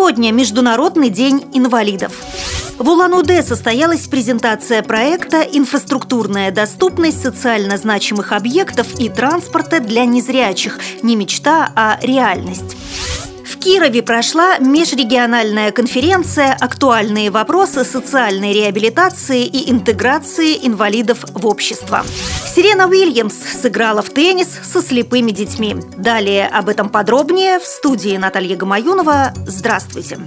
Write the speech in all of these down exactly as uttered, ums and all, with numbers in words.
Сегодня Международный день инвалидов. В Улан-Удэ состоялась презентация проекта «Инфраструктурная доступность социально значимых объектов и транспорта для незрячих». Не мечта, а реальность. В Кирове прошла межрегиональная конференция «Актуальные вопросы социальной реабилитации и интеграции инвалидов в общество». Серена Уильямс сыграла в теннис со слепыми детьми. Далее об этом подробнее в студии Наталья Гамаюнова. Здравствуйте!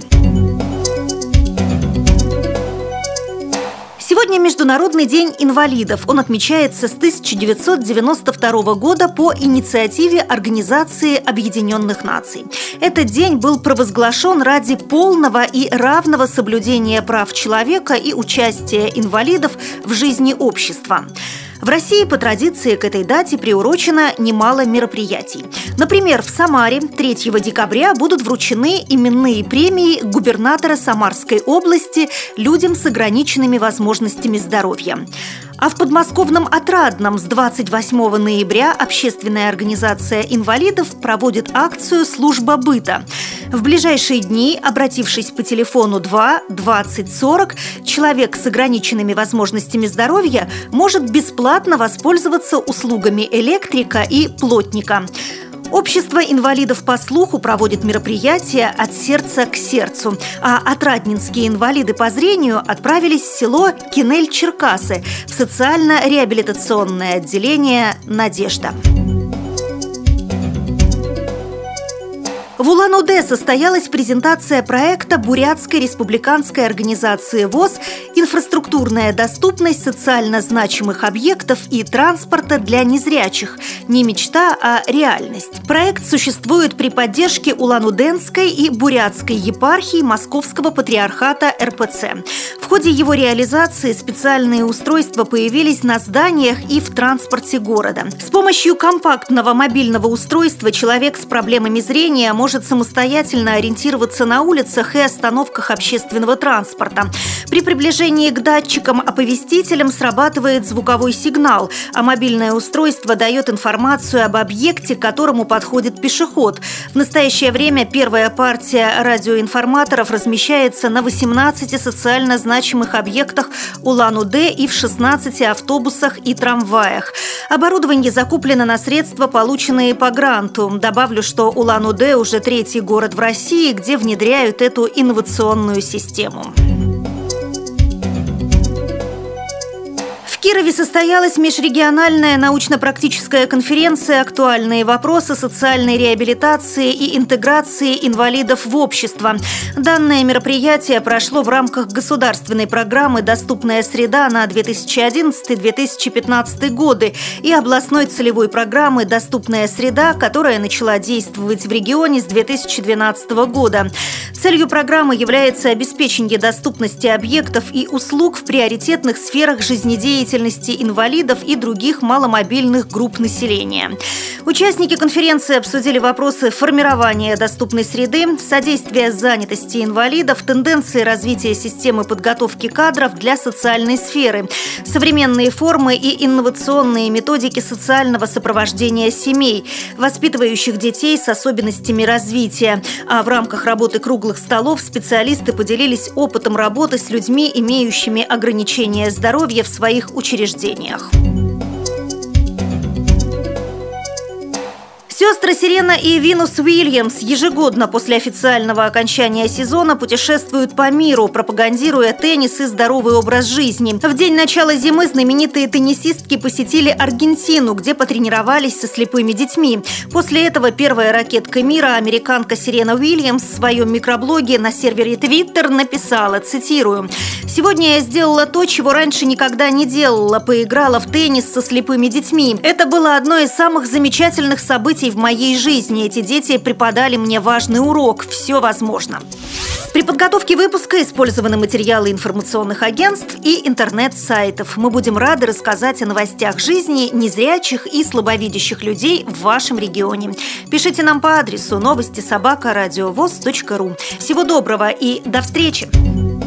Сегодня Международный день инвалидов. Он отмечается с тысяча девятьсот девяносто второго года по инициативе Организации Объединенных Наций. Этот день был провозглашен ради полного и равного соблюдения прав человека и участия инвалидов в жизни общества. В России по традиции к этой дате приурочено немало мероприятий. Например, в Самаре третьего декабря будут вручены именные премии губернатора Самарской области людям с ограниченными возможностями здоровья. А в подмосковном Отрадном с двадцать восьмого ноября общественная организация инвалидов проводит акцию «Служба быта». В ближайшие дни, обратившись по телефону два двадцать сорок, человек с ограниченными возможностями здоровья может бесплатно воспользоваться услугами электрика и плотника. Общество инвалидов по слуху проводит мероприятия «От сердца к сердцу», а отрадненские инвалиды по зрению отправились в село Кинель-Черкасы в социально-реабилитационное отделение «Надежда». В Улан-Удэ состоялась презентация проекта Бурятской республиканской организации ВОС «Инфраструктурная доступность социально значимых объектов и транспорта для незрячих». Не мечта, а реальность. Проект существует при поддержке Улан-Удэнской и Бурятской епархии Московского патриархата эр пэ цэ. В ходе его реализации специальные устройства появились на зданиях и в транспорте города. С помощью компактного мобильного устройства человек с проблемами зрения может может самостоятельно ориентироваться на улицах и остановках общественного транспорта. При приближении к датчикам-оповестителям срабатывает звуковой сигнал, а мобильное устройство дает информацию об объекте, к которому подходит пешеход. В настоящее время первая партия радиоинформаторов размещается на восемнадцати социально значимых объектах Улан-Удэ и в шестнадцати автобусах и трамваях. Оборудование закуплено на средства, полученные по гранту. Добавлю, что Улан-Удэ уже третий город в России, где внедряют эту инновационную систему. В Кирове состоялась межрегиональная научно-практическая конференция «Актуальные вопросы социальной реабилитации и интеграции инвалидов в общество». Данное мероприятие прошло в рамках государственной программы «Доступная среда» на две тысячи одиннадцатый — две тысячи пятнадцатый годы и областной целевой программы «Доступная среда», которая начала действовать в регионе с две тысячи двенадцатого года. Целью программы является обеспечение доступности объектов и услуг в приоритетных сферах жизнедеятельности инвалидов и других маломобильных групп населения. Участники конференции обсудили вопросы формирования доступной среды, содействия занятости инвалидов, тенденции развития системы подготовки кадров для социальной сферы, современные формы и инновационные методики социального сопровождения семей, воспитывающих детей с особенностями развития. А в рамках работы круглых столов специалисты поделились опытом работы с людьми, имеющими ограничения здоровья в своих учреждениях. Сестры Серена и Винус Уильямс ежегодно после официального окончания сезона путешествуют по миру, пропагандируя теннис и здоровый образ жизни. В день начала зимы знаменитые теннисистки посетили Аргентину, где потренировались со слепыми детьми. После этого первая ракетка мира, американка Серена Уильямс, в своем микроблоге на сервере Twitter написала, цитирую: «Сегодня я сделала то, чего раньше никогда не делала, поиграла в теннис со слепыми детьми. Это было одно из самых замечательных событий в моей жизни. Эти дети преподали мне важный урок. Все возможно». При подготовке выпуска использованы материалы информационных агентств и интернет-сайтов. Мы будем рады рассказать о новостях жизни незрячих и слабовидящих людей в вашем регионе. Пишите нам по адресу новости собака радиовоз точка ру. Всего доброго и до встречи!